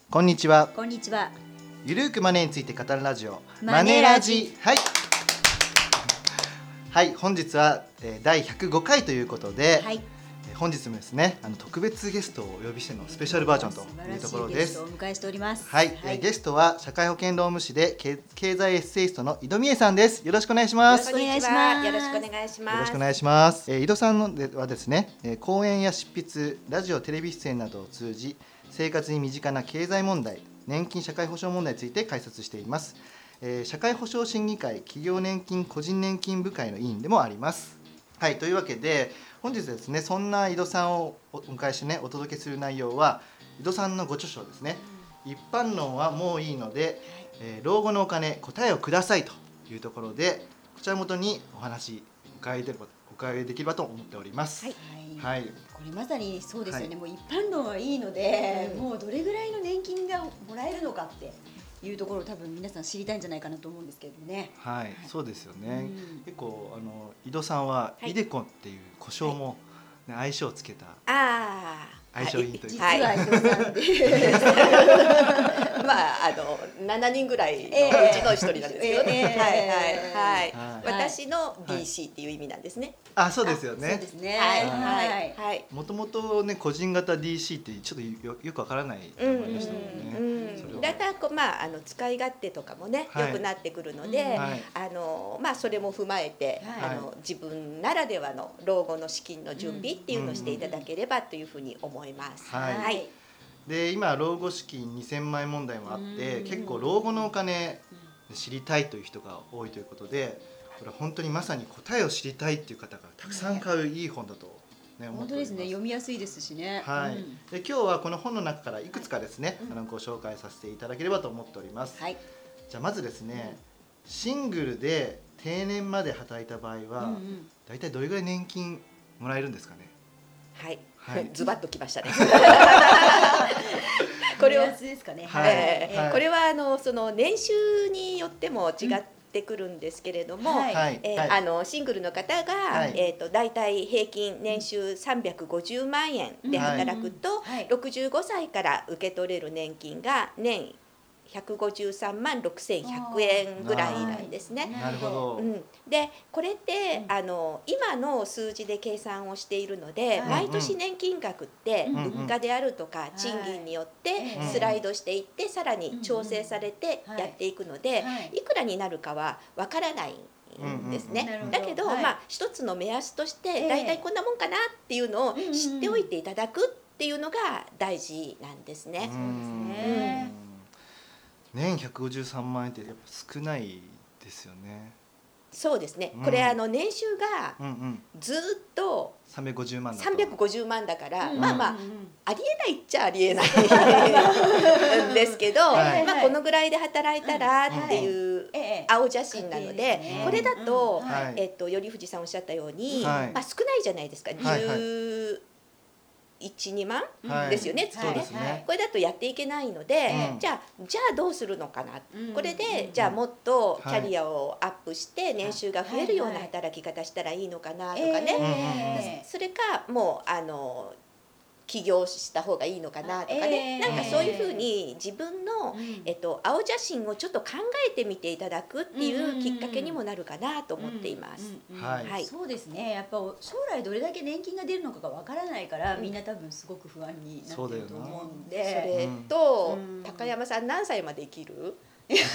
こんにちは。 こんにちは。 ゆるーくマネーについて語るラジオ、 マネラジ。 はい、本日は第105回ということで、 はい、 本日もですね、特別ゲストをお呼びしてのスペシャルバージョンというところです。 素晴らしいゲストをお迎えしております。 はい、ゲストは社会保険労務士で経済エッセイストの井戸美恵さんです。よろしくお願いします。 よろしくお願いします。 よろしくお願いします。 よろしくお願いします。井戸さんのはですね、講演や執筆、ラジオ、テレビ出演などを通じ、生活に身近な経済問題、年金社会保障問題について解説しています。社会保障審議会企業年金個人年金部会の委員でもあります。はい、というわけで本日ですね、そんな井戸さんをお迎えしてね、お届けする内容は井戸さんのご著書ですね、一般論はもういいので、老後のお金答えをくださいというところで、こちらをもとにお話お伺いできればと思っております。 はい、 はい、 これまさにそうですよね、 はい、 もう一般論はいいので、もうどれぐらいの年金がもらえるのかっていうところを多分皆さん知りたいんじゃないかなと思うんですけれどもね。 はい、そうですよね。結構井戸さんははいイデコンっていう呼称も、ね、相性をつけた相性いいという実は井戸さんで、 7人ぐらいのうちの一人なんですけどね。私の DC っていう意味なんですね。 あ、そうですよね。 そうですね。 はい。 もともとね、個人型 DC ってちょっとよくわからないと思いましたもんね。 だから使い勝手とかもね、良くなってくるので、それも踏まえて、自分ならではの老後の資金の準備っていうのをしていただければというふうに思います。 はい。で、今老後資金2000万円問題もあって、結構老後のお金知りたいという人が多いということで、これ本当にまさに答えを知りたいっていう方がたくさん買ういい本だと、ね、思っております。 本当ですね、読みやすいですしね。 はい。で、今日はこの本の中からいくつかですね、ご紹介させていただければと思っております。 はい。 じゃあまずですね、シングルで定年まで働いた場合は、だいたいどれぐらい年金もらえるんですかね。 はい。ズバッときましたね。 これはですかね。 これはその年収によっても違ってくるんですけれども、シングルの方がだいたい平均年収350万円で働くと、65歳から受け取れる年金が年153万6100円ぐらいなんですね。 なるほど。 でこれって今の数字で計算をしているので、毎年年金額って物価であるとか賃金によってスライドしていってさらに調整されてやっていくので、いくらになるかはわからないんですね。だけど一つの目安としてだいたいこんなもんかなっていうのを知っておいていただくっていうのが大事なんですね。 年153万円ってやっぱ少ないですよね。 そうですね。これ年収がずっと 350万だから、ありえないっちゃありえないんですけど、このぐらいで働いたらっていう青写真なので、これだと頼藤さんおっしゃったように少ないじゃないですか。1、2万ですよね、月ね。これだとやっていけないので、じゃあどうするのかな。これでじゃあもっとキャリアをアップして年収が増えるような働き方したらいいのかなとかね。それかもう起業した方がいいのかなとかね、なんかそういうふうに自分の青写真をちょっと考えてみていただくっていうきっかけにもなるかなと思っています。 そうですね。やっぱ将来どれだけ年金が出るのかがわからないから、みんな多分すごく不安になってると思うんで。 それと高山さん何歳まで生きる？ いや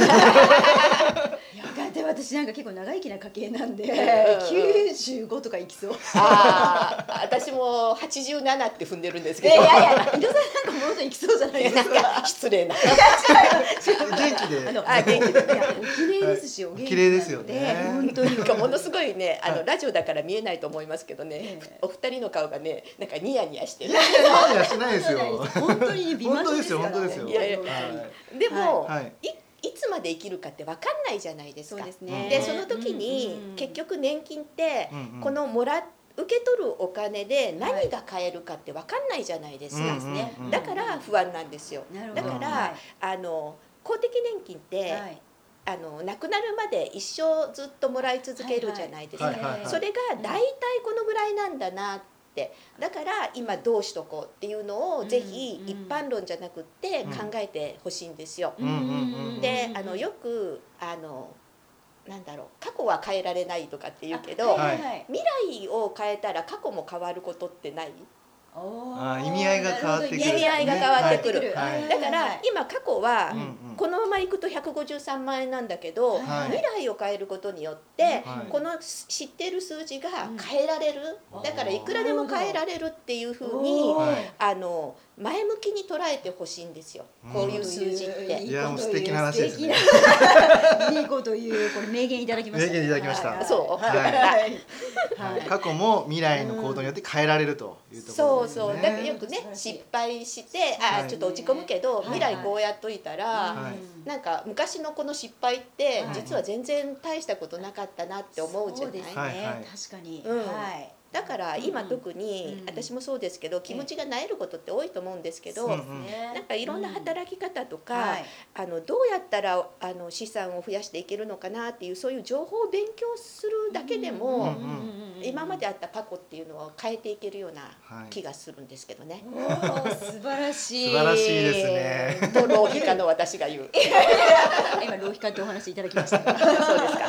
で私なんか結構長生きな家系なんで、95とかいきそう。 私も87って踏んでるんですけど、 井戸さんなんかものすごいいきそうじゃないですか。 失礼な。 元気で。 元気で。 お綺麗ですし、お元気綺麗ですよね。 本当にものすごいね、ラジオだから見えないと思いますけどね、お二人の顔がね、なんかニヤニヤしてる。 ニヤニヤしないですよ。 本当に美魔女ですからね。 本当ですよ。 でもいつまで生きるかって分かんないじゃないですか。でその時に結局年金ってこの受け取るお金で何が買えるかって分かんないじゃないですか。だから不安なんですよ。だから公的年金って亡くなるまで一生ずっともらい続けるじゃないですか。それが大体このぐらいなんだなっってだから今どうしとこうっていうのをぜひ一般論じゃなくって考えてほしいんですよ。でよくなんだろう過去は変えられないとかって言うけど、未来を変えたら過去も変わることってない？ 意味合いが変わってくる、 意味合いが変わってくる、だから今過去はこのままいくと153万円なんだけど、未来を変えることによってこの知っている数字が変えられる、だからいくらでも変えられるっていうふうに前向きに捉えてほしいんですよ、こういう数字って。 いやもう素敵な話ですね。 いいこと言う、これ名言いただきました。 名言いただきました。 そう。 過去も未来の行動によって変えられるというところ。 そうだからよくね失敗してちょっと落ち込むけど未来こうやっといたらなんか昔のこの失敗って実は全然大したことなかったなって思うじゃない。 確かに。 だから今特に私もそうですけど気持ちが萎えることって多いと思うんですけど、なんかいろんな働き方とかどうやったら資産を増やしていけるのかなっていうそういう情報を勉強するだけでも今まであった過去っていうのを変えていけるような気がするんですけどね。 素晴らしい。 素晴らしいですね。 と浪費家の私が言う。 今浪費家ってお話いただきました。 そうですか。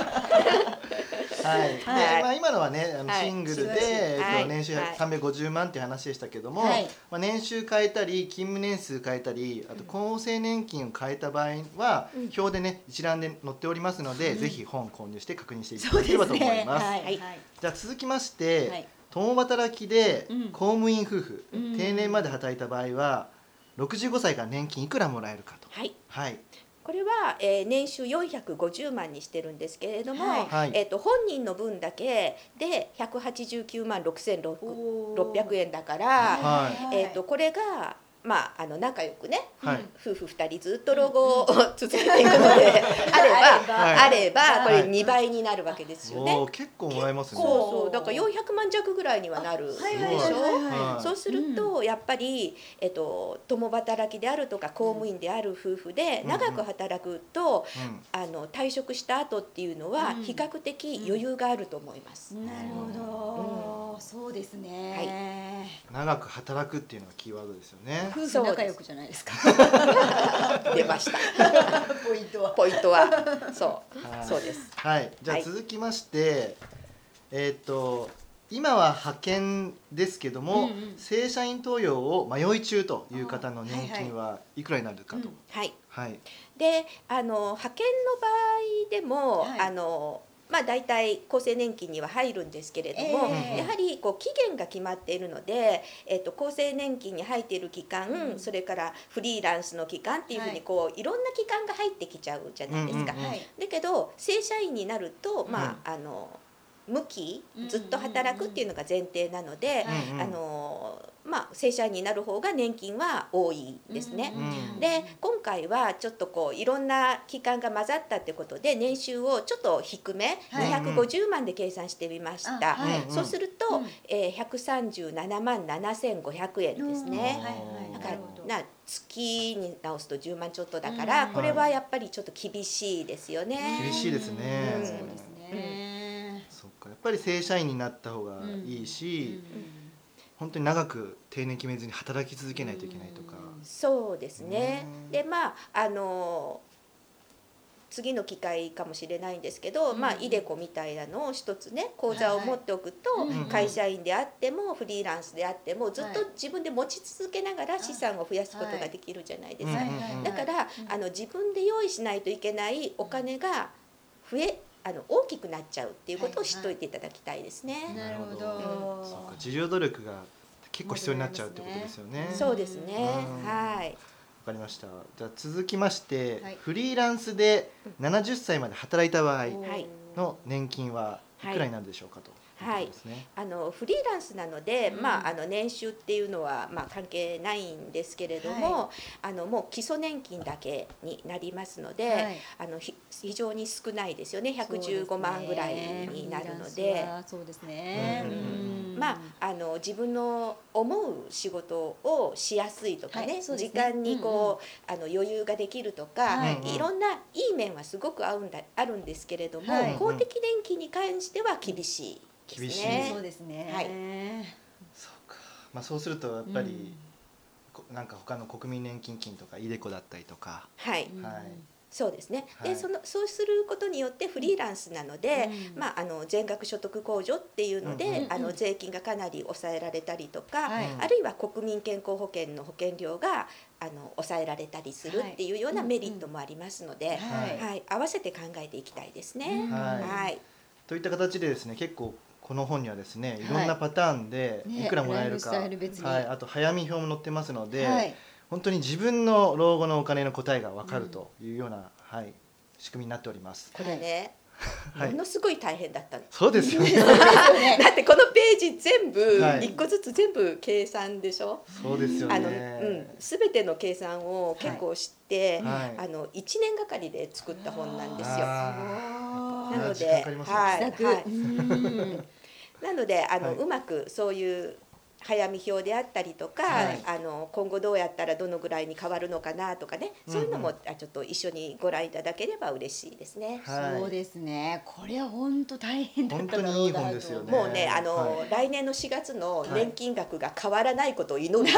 今のはねシングルで年収350万っていう話でしたけども、年収変えたり勤務年数変えたりあと厚生年金を変えた場合は表でね一覧で載っておりますので、ぜひ本購入して確認していただければと思います。じゃあ続きまして共働きで公務員夫婦定年まで働いた場合は65歳から年金いくらもらえるかと。 これは、年収450万にしてるんですけれども、本人の分だけで189万6600円だから、これが仲良くね、夫婦2人ずっと老後を続けていくのであればこれ2倍になるわけですよね。 結構もらえますね。 そうだから400万弱ぐらいにはなるでしょ。そうするとやっぱり共働きであるとか公務員である夫婦で長く働くと退職した後っていうのは比較的余裕があると思います。 なるほど、そうですね。 長く働くっていうのがキーワードですよね。 夫婦仲良くじゃないですか。 出ました。 ポイントは。 ポイントはそうです。 じゃあ続きまして、今は派遣ですけども、正社員登用を迷い中という方の年金はいくらになるかと。 で派遣の場合でもだいたい厚生年金には入るんですけれども、やはり期限が決まっているので、厚生年金に入っている期間、それからフリーランスの期間っていうふうにいろんな期間が入ってきちゃうじゃないですか。だけど正社員になると無期ずっと働くっていうのが前提なので、正社員になる方が年金は多いですね。で今回はちょっといろんな期間が混ざったってことで年収をちょっと低め250万で計算してみました。そうすると137万7500円ですね。だから月に直すと10万ちょっとだから、これはやっぱりちょっと厳しいですよね。 厳しいですね。やっぱり正社員になった方がいいし、本当に長く定年決めずに働き続けないといけないとか。 そうですね。で次の機会かもしれないんですけど、イデコみたいなのを一つね口座を持っておくと、会社員であってもフリーランスであってもずっと自分で持ち続けながら資産を増やすことができるじゃないですか。だから自分で用意しないといけないお金が大きくなっちゃうっていうことを知っておいていただきたいですね。 なるほど。 そうか、自助努力が結構必要になっちゃうってことですよね。 そうですね。わかりました。じゃあ続きまして、フリーランスで70歳まで働いた場合の年金はいくらになるでしょうかと。フリーランスなので、年収っていうのは関係ないんですけれども、もう基礎年金だけになりますので、非常に少ないですよね。115万ぐらいになるので、 そうですね。 自分の思う仕事をしやすいとかね、時間に余裕ができるとか、いろんないい面はすごくあるんですけれども、公的年金に関しては厳しい。 そうですね。 そうそうするとやっぱり、なんか他の国民年金金とかイデコだったりとか、 はい、 はい、 そうですね。 はい、 でそうすることによってフリーランスなので、全額所得控除っていうので、税金がかなり抑えられたりとか、あるいは国民健康保険の保険料が抑えられたりするっていうようなメリットもありますので、合わせて考えていきたいですね。はい。 といった形でですね、結構この本にはですね、いろんなパターンでいくらもらえるか、あと早見表も載ってますので、本当に自分の老後のお金の答えが分かるというような、仕組みになっております。 これね、ものすごい大変だったの。 そうですよね。 だってこのページ全部一個ずつ全部計算でしょ。 そうですよね。 全ての計算を結構知って、1年がかりで作った本なんですよ。なので、なのでうまくそういう早見表であったりとか、今後どうやったらどのぐらいに変わるのかなとかね、そういうのもちょっと一緒にご覧いただければ嬉しいですね。 そうですね。これは本当大変だっただろうなと。 本当にいい本ですよね。 もうね、来年の4月の年金額が変わらないことを祈る。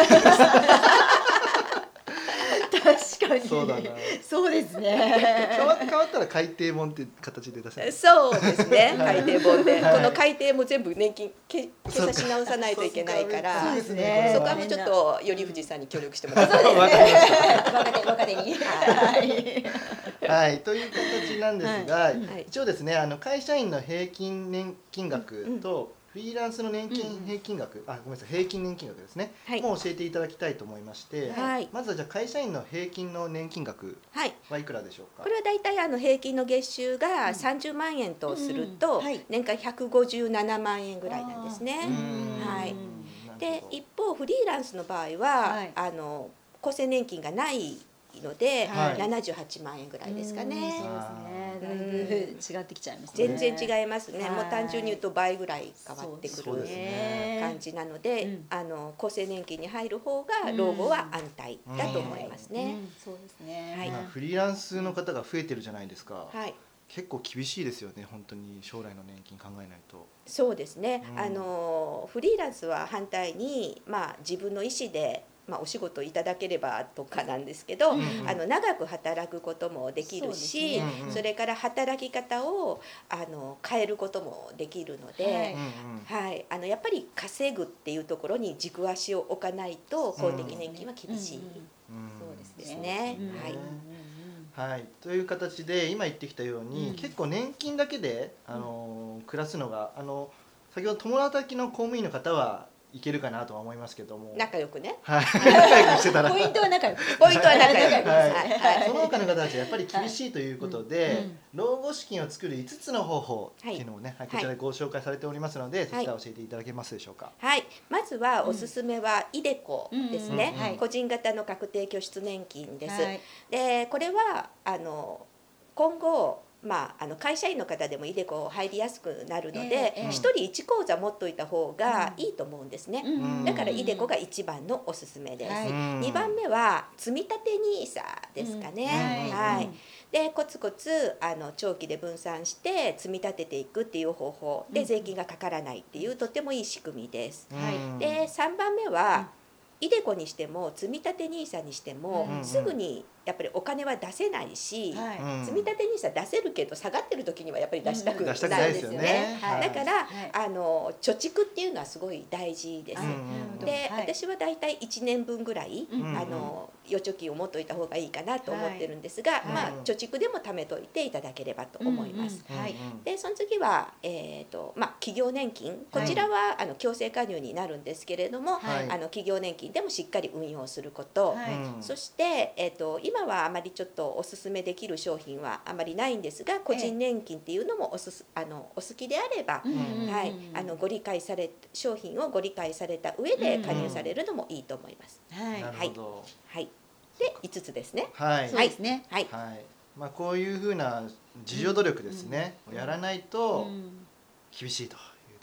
確かに。 そうだな。 そうですね。 変わったら改訂本って形で出せる。 そうですね。改訂本で、この改訂も全部年金計算し直さないといけないから、 そうですね。 そこはもうちょっと頼藤さんに協力してもらって。 若手に。 はい、という形なんですが、一応ですね、会社員の平均年金額とフリーランスの年金平均額、ごめんなさい、平均年金額ですね、もう教えていただきたいと思いまして、まずはじゃあ会社員の平均の年金額はいくらでしょうか。 これはだいたい平均の月収が30万円とすると、年間157万円ぐらいなんですね。はい。で一方フリーランスの場合は、厚生年金がないので、78万円ぐらいですかね。 そうですね。だいぶ違ってきちゃいますね。全然違いますね。もう単純に言うと倍ぐらい変わってくる感じなので、厚生年金に入る方が老後は安泰だと思いますね。 そうですね。 今フリーランスの方が増えてるじゃないですか。結構厳しいですよね。本当に将来の年金考えないと。 そうですね。フリーランスは反対に自分の意思でお仕事いただければとかなんですけど、長く働くこともできるし、それから働き方を変えることもできるので、やっぱり稼ぐっていうところに軸足を置かないと公的年金は厳しいですね。 はい、という形で今言ってきたように、結構年金だけで暮らすのが先ほど共働きの公務員の方はいけるかなとは思いますけども、 仲良くね、 仲良くしてたらポイントは仲良く、 その他の方たちはやっぱり厳しいということで、老後資金を作る5つの方法っていうのをね、こちらでご紹介されておりますので、そちら教えていただけますでしょうか。 はい、まずはおすすめはイデコですね。個人型の確定拠出年金です。でこれは今後会社員の方でもイデコ入りやすくなるので、1人1口座持っといた方がいいと思うんですね。だからイデコが一番のおすすめです。2番目は積立 NISA ですかね。でコツコツ長期で分散して積み立てていくっていう方法で税金がかからないっていうとてもいい仕組みです。で3番目はイデコにしても積立 NISA にしても、すぐにやっぱりお金は出せないし、積立 NISA 出せるけど下がってる時にはやっぱり出したくないですよね。だから貯蓄っていうのはすごい大事です。で私はだいたい1年分ぐらい預貯金を持っといた方がいいかなと思ってるんですが、貯蓄でも貯めといていただければと思います。でその次は企業年金、こちらは強制加入になるんですけれども、企業年金でもしっかり運用すること、そして今はあまりちょっとおすすめできる商品はあまりないんですが、個人年金っていうのもお好きであれば、ご理解され商品をご理解された上で加入されるのもいいと思います。で5つですね。 そうですね。 こういうふうな自助努力ですね、やらないと厳しいというところです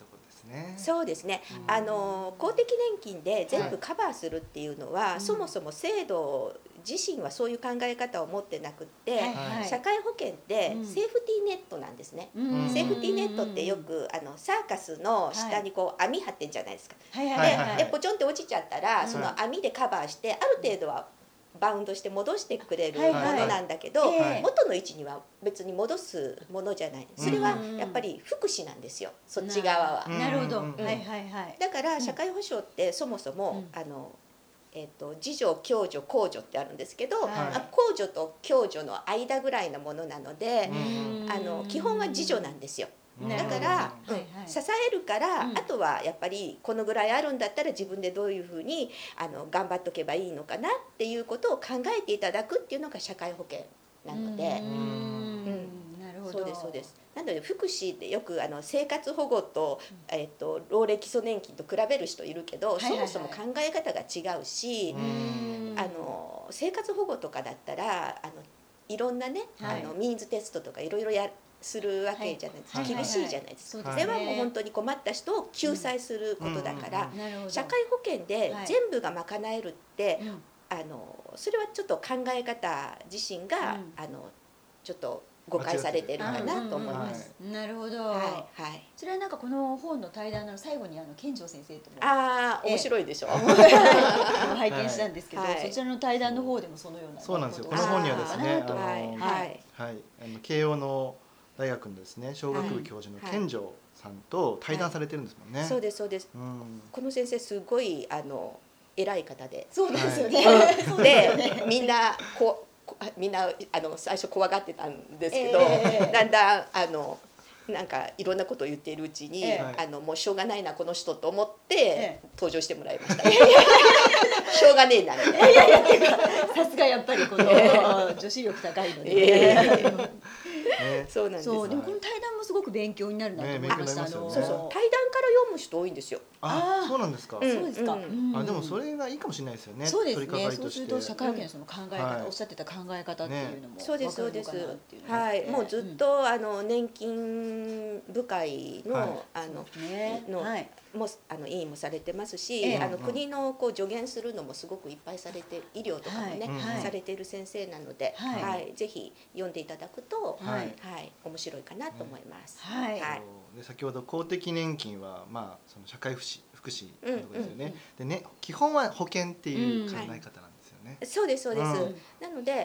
ね。 そうですね。公的年金で全部カバーするっていうのは、そもそも制度自身はそういう考え方を持ってなくって、社会保険ってセーフティーネットなんですね。セーフティーネットってよくサーカスの下にこう網張ってんじゃないですか。でポチョンって落ちちゃったら、その網でカバーしてある程度はバウンドして戻してくれるものなんだけど、元の位置には別に戻すものじゃない。それはやっぱり福祉なんですよ、そっち側は。 なるほど。 だから社会保障ってそもそも自助共助公助ってあるんですけど、公助と共助の間ぐらいのものなので、基本は自助なんですよ。だから支えるから、あとはやっぱりこのぐらいあるんだったら自分でどういうふうに頑張っとけばいいのかなっていうことを考えていただくっていうのが社会保険なので。そうですそうです。なので福祉ってよく生活保護と、老齢基礎年金と比べる人いるけど、そもそも考え方が違うし、生活保護とかだったらいろんなね、ミーンズテストとかいろいろするわけじゃないですか。厳しいじゃないですか。それはもう本当に困った人を救済することだから、社会保険で全部が賄えるって、それはちょっと考え方自身がちょっと誤解されてるかなと思います。 なるほど。それはなんかこの本の対談の最後に健丈先生とも面白いでしょ。 拝見したんですけど、そちらの対談の方でもそのような。 そうなんですよ。この本にはですね、慶応の大学のですね小学部教授の健丈さんと対談されてるんですもんね。 そうですそうです。この先生すごい偉い方で。 そうですよね。 でみんな最初怖がってたんですけど、だんだんなんかいろんなことを言っているうちに、もうしょうがないなこの人と思って登場してもらいました。しょうがねえなみたいな。 さすがやっぱりこの女子力高いので。 そうなんです。 でもこの対談もすごく勉強になるなと思いました。 そう対談から読む人多いんですよ。 そうなんですか。 そうですか。 でもそれがいいかもしれないですよね。 そうですね。そうすると社会保険のその考え方、おっしゃってた考え方っていうのもそうですそうです。はい、もうずっと年金部会のも委員もされてますし、国の助言するのもすごくいっぱいされて、医療とかもねされている先生なので、ぜひ読んでいただくと面白いかなと思います。 で先ほど公的年金はその社会福祉のところですよね。でね、基本は保険っていう考え方なんですよね。 そうですそうです。なので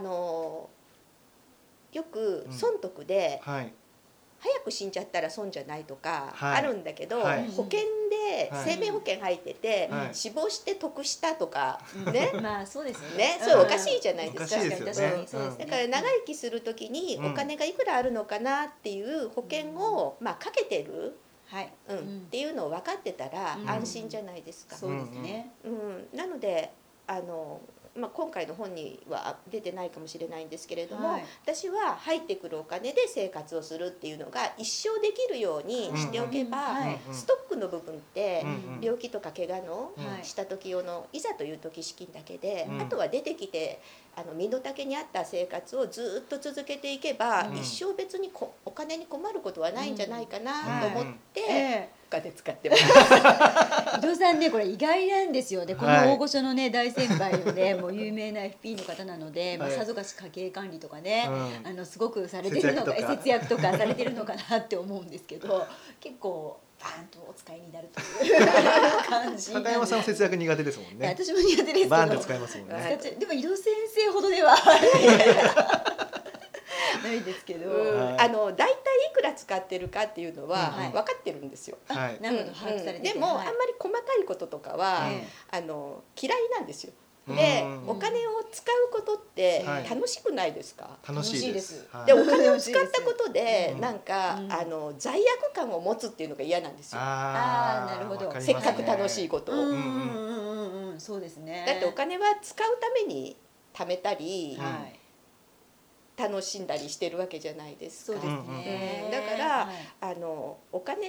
よく損得で早く死んじゃったら損じゃないとかあるんだけど、保険で生命保険入ってて死亡して得したとかね、 そうですよね、それおかしいじゃないですか。 だから長生きする時にお金がいくらあるのかなっていう保険をかけてるっていうのを分かってたら安心じゃないですか。 そうですね。 なので今回の本には出てないかもしれないんですけれども、私は入ってくるお金で生活をするっていうのが一生できるようにしておけば、ストックの部分って病気とか怪我のした時用のいざという時資金だけで、あとは出てきて身の丈に合った生活をずっと続けていけば、一生別にお金に困ることはないんじゃないかなと思ってお金使ってます。 伊藤さんね、これ意外なんですよね。この大御所のね大先輩のねもう有名な FP の方なので、さぞかし家計管理とかねすごくされてるのか、節約とかされてるのかなって思うんですけど、結構バーンとお使いになるという感じ。 高山さんは節約苦手ですもんね。 私も苦手ですけど。 バーンと使いますもんね。 でも伊藤先生ほどではないですけど、 大体いくら使ってるかっていうのは分かってるんですよ。 なるほど、把握されてて。 でもあんまり細かいこととかは嫌いなんですよ。で、お金を使うことって楽しくないですか？ 楽しいです。 で、お金を使ったことでなんか罪悪感を持つっていうのが嫌なんですよ。 なるほど。 せっかく楽しいことを。 そうですね。 だってお金は使うために貯めたり楽しんだりしてるわけじゃないですか。 そうですね。 だから、お金って、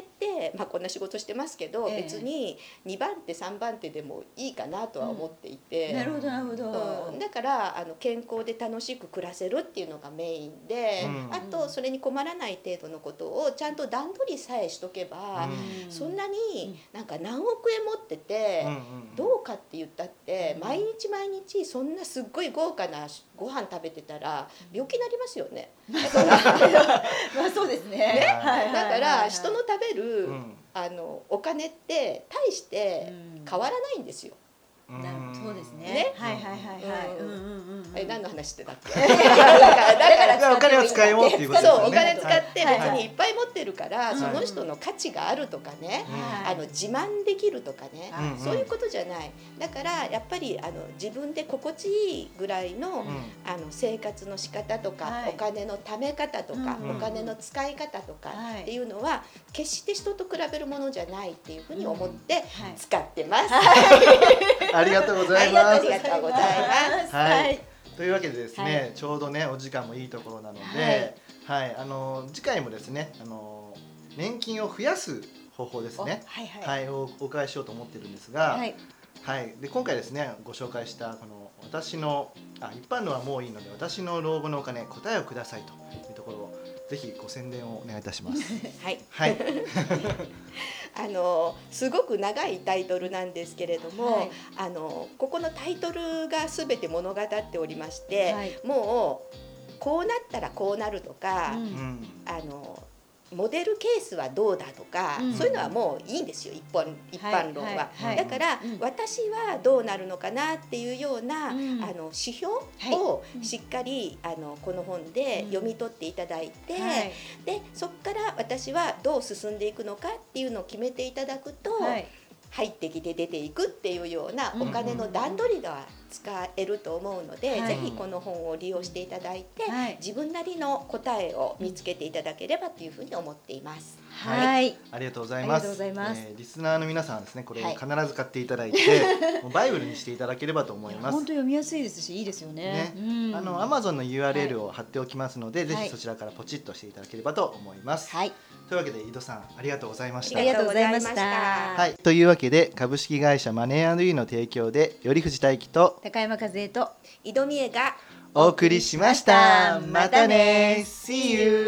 こんな仕事してますけど、別に2番手3番手でもいいかなとは思っていて、 なるほどなるほど、 だから健康で楽しく暮らせるっていうのがメインで、あとそれに困らない程度のことをちゃんと段取りさえしとけば、そんなになんか何億円持っててどうかって言ったって、毎日毎日そんなすっごい豪華なご飯食べてたら病気になりますよね。だからそうですね。 だから人の食べるお金って大して変わらないんですよ。 そうですね。はいはいはいはい。 何の話してたっけ？ だからお金を使いようっていうことですよね。 そう、お金使って別にいっぱい持ってるから、その人の価値があるとかね、自慢できるとかね、そういうことじゃない。だからやっぱり自分で心地いいぐらいの生活の仕方とか、お金の貯め方とか、お金の使い方とかっていうのは決して人と比べるものじゃないっていうふうに思って使ってます。 ありがとうございます。 ありがとうございます。 はい。というわけでですね、ちょうどねお時間もいいところなので、次回もですね、年金を増やす方法ですね、をお伺いしようと思ってるんですが、で今回ですねご紹介したこの私の一般論はもういいので私の老後のお金答えをくださいというところをぜひご宣伝をお願いいたします。はい。 すごく長いタイトルなんですけれども、ここのタイトルが全て物語っておりまして、もうこうなったらこうなるとか、モデルケースはどうだとか、そういうのはもういいんですよ、一般論は。だから私はどうなるのかなっていうような指標をしっかりこの本で読み取っていただいて、でそこから私はどう進んでいくのかっていうのを決めていただくと、入ってきて出ていくっていうようなお金の段取りが使えると思うので、ぜひこの本を利用していただいて、自分なりの答えを見つけていただければというふうに思っています。 ありがとうございます。リスナーの皆さんはですね、これ必ず買っていただいて、バイブルにしていただければと思います。 本当読みやすいですし、いいですよね。 Amazon の URL を貼っておきますので、ぜひそちらからポチッとしていただければと思います。というわけで井戸さんありがとうございました。 ありがとうございました。 というわけで株式会社マネー&ユーの提供で頼藤大樹と高山和恵と井戸美恵がお送りしました。またね。See you。